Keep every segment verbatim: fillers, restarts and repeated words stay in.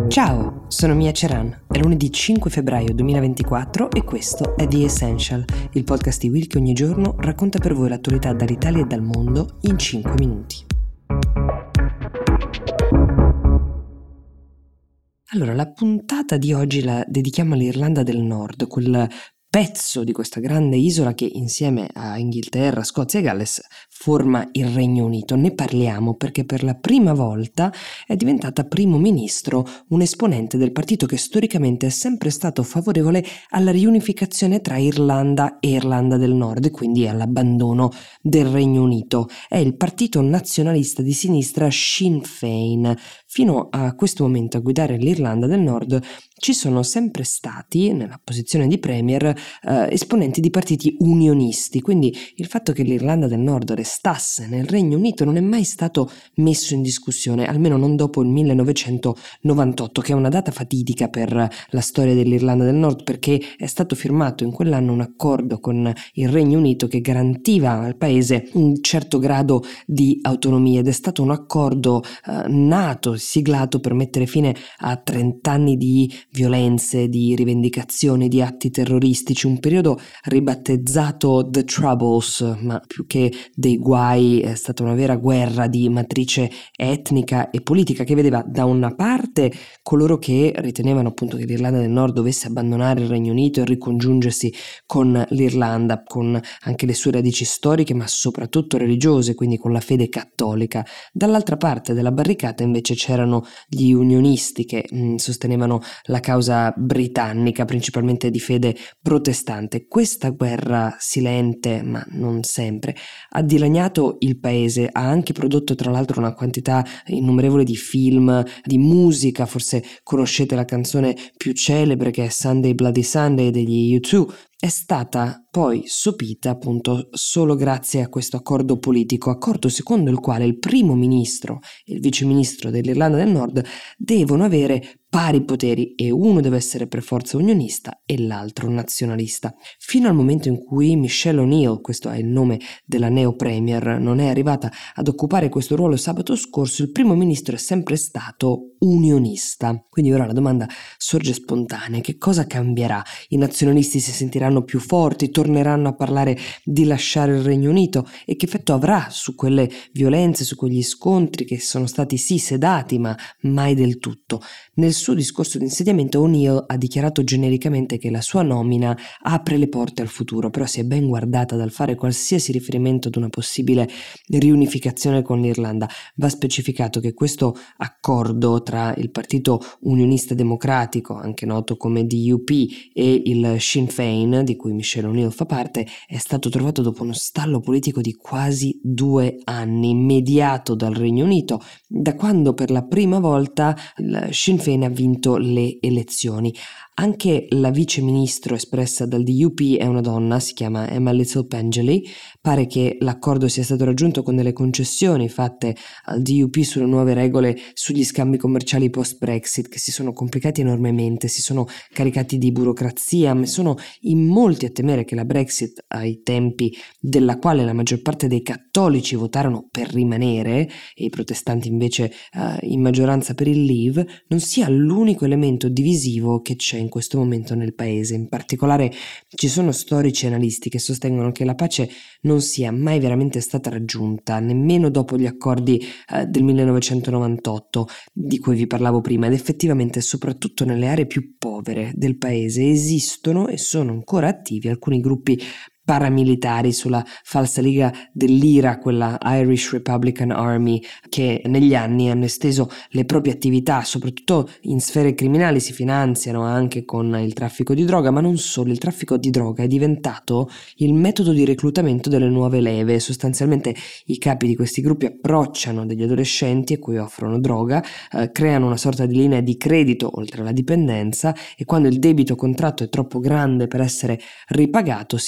Ciao, sono Mia Ceran, è lunedì cinque febbraio duemilaventiquattro e questo è The Essential, il podcast di Will che ogni giorno racconta per voi l'attualità dall'Italia e dal mondo in cinque minuti. Allora, la puntata di oggi la dedichiamo all'Irlanda del Nord, quel pezzo di questa grande isola che insieme a Inghilterra, Scozia e Galles forma il Regno Unito. Ne parliamo perché per la prima volta è diventata primo ministro un esponente del partito che storicamente è sempre stato favorevole alla riunificazione tra Irlanda e Irlanda del Nord e quindi all'abbandono del Regno Unito. È il partito nazionalista di sinistra Sinn Féin. Fino a questo momento a guidare l'Irlanda del Nord ci sono sempre stati, nella posizione di premier, eh, esponenti di partiti unionisti, quindi il fatto che l'Irlanda del Nord restasse nel Regno Unito non è mai stato messo in discussione, almeno non dopo il millenovecentonovantotto, che è una data fatidica per la storia dell'Irlanda del Nord, perché è stato firmato in quell'anno un accordo con il Regno Unito che garantiva al paese un certo grado di autonomia ed è stato un accordo eh, nato, siglato per mettere fine a trent'anni di violenze, di rivendicazioni, di atti terroristici, un periodo ribattezzato The Troubles, ma più che dei guai è stata una vera guerra di matrice etnica e politica che vedeva da una parte coloro che ritenevano appunto che l'Irlanda del Nord dovesse abbandonare il Regno Unito e ricongiungersi con l'Irlanda, con anche le sue radici storiche ma soprattutto religiose, quindi con la fede cattolica. Dall'altra parte della barricata invece c'erano gli unionisti che mh, sostenevano la causa britannica, principalmente di fede protestante. Questa guerra silente, ma non sempre, ha dilaniato il paese, ha anche prodotto tra l'altro una quantità innumerevole di film, di musica. Forse conoscete la canzone più celebre che è Sunday Bloody Sunday degli U due. È stata poi sopita appunto solo grazie a questo accordo politico, accordo secondo il quale il primo ministro e il vice ministro dell'Irlanda del Nord devono avere pari poteri e uno deve essere per forza unionista e l'altro nazionalista. Fino al momento in cui Michelle O'Neill, questo è il nome della neo premier, non è arrivata ad occupare questo ruolo sabato scorso, il primo ministro è sempre stato unionista. Quindi ora la domanda sorge spontanea: che cosa cambierà? I nazionalisti si sentiranno più forti, torneranno a parlare di lasciare il Regno Unito e che effetto avrà su quelle violenze, su quegli scontri che sono stati sì sedati ma mai del tutto? Nel suo discorso di insediamento O'Neill ha dichiarato genericamente che la sua nomina apre le porte al futuro, però si è ben guardata dal fare qualsiasi riferimento ad una possibile riunificazione con l'Irlanda. Va specificato che questo accordo tra il partito unionista democratico, anche noto come D U P, e il Sinn Féin, di cui Michelle O'Neill fa parte, è stato trovato dopo uno stallo politico di quasi due anni, mediato dal Regno Unito, da quando per la prima volta il Sinn Féin ha vinto le elezioni. Anche la vice ministro espressa dal D U P è una donna, si chiama Emma Little Pengelly. Pare che l'accordo sia stato raggiunto con delle concessioni fatte al D U P sulle nuove regole sugli scambi commerciali post-Brexit, che si sono complicati enormemente, si sono caricati di burocrazia, ma sono in molti a temere che la Brexit, ai tempi della quale la maggior parte dei cattolici votarono per rimanere e i protestanti invece uh, in maggioranza per il Leave, non sia l'unico elemento divisivo che c'è in questo momento nel paese. In particolare ci sono storici e analisti che sostengono che la pace non sia mai veramente stata raggiunta, nemmeno dopo gli accordi eh, del millenovecentonovantotto di cui vi parlavo prima, ed effettivamente soprattutto nelle aree più povere del paese esistono e sono ancora attivi alcuni gruppi paramilitari sulla falsa lega dell'I R A, quella Irish Republican Army, che negli anni hanno esteso le proprie attività, soprattutto in sfere criminali, si finanziano anche con il traffico di droga, ma non solo. Il traffico di droga è diventato il metodo di reclutamento delle nuove leve. Sostanzialmente i capi di questi gruppi approcciano degli adolescenti a cui offrono droga, eh, creano una sorta di linea di credito oltre alla dipendenza, e quando il debito contratto è troppo grande per essere ripagato si offre ai ragazzi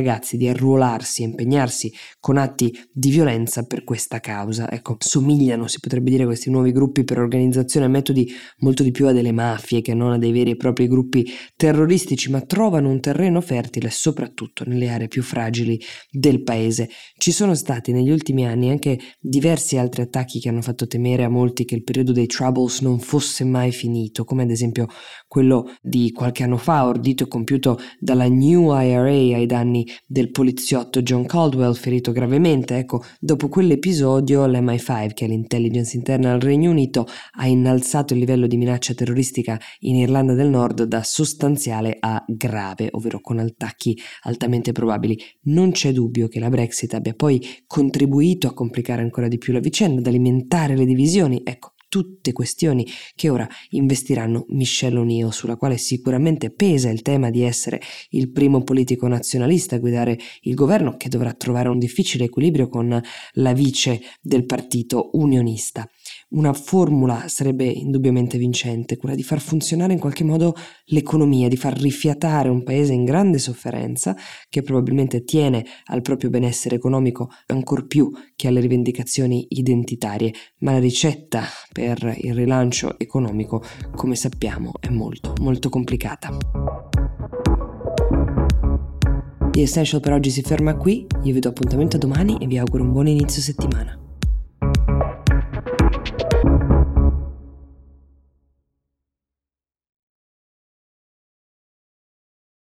ragazzi di arruolarsi e impegnarsi con atti di violenza per questa causa. Ecco, somigliano, si potrebbe dire, questi nuovi gruppi per organizzazione a metodi molto di più a delle mafie che non a dei veri e propri gruppi terroristici, ma trovano un terreno fertile soprattutto nelle aree più fragili del paese. Ci sono stati negli ultimi anni anche diversi altri attacchi che hanno fatto temere a molti che il periodo dei Troubles non fosse mai finito, come ad esempio quello di qualche anno fa, ordito e compiuto dalla New I R A ai danni del poliziotto John Caldwell, ferito gravemente. Ecco, dopo quell'episodio l'M I cinque, che è l'intelligence interna al Regno Unito, ha innalzato il livello di minaccia terroristica in Irlanda del Nord da sostanziale a grave, ovvero con attacchi altamente probabili. Non c'è dubbio che la Brexit abbia poi contribuito a complicare ancora di più la vicenda, ad alimentare le divisioni. Ecco, tutte questioni che ora investiranno Michelle O'Neill, sulla quale sicuramente pesa il tema di essere il primo politico nazionalista a guidare il governo, che dovrà trovare un difficile equilibrio con la vice del partito unionista. Una formula sarebbe indubbiamente vincente, quella di far funzionare in qualche modo l'economia, di far rifiatare un paese in grande sofferenza, che probabilmente tiene al proprio benessere economico ancor più che alle rivendicazioni identitarie, ma la ricetta per il rilancio economico, come sappiamo, è molto molto complicata. The Essential per oggi si ferma qui, io vi do appuntamento domani e vi auguro un buon inizio settimana.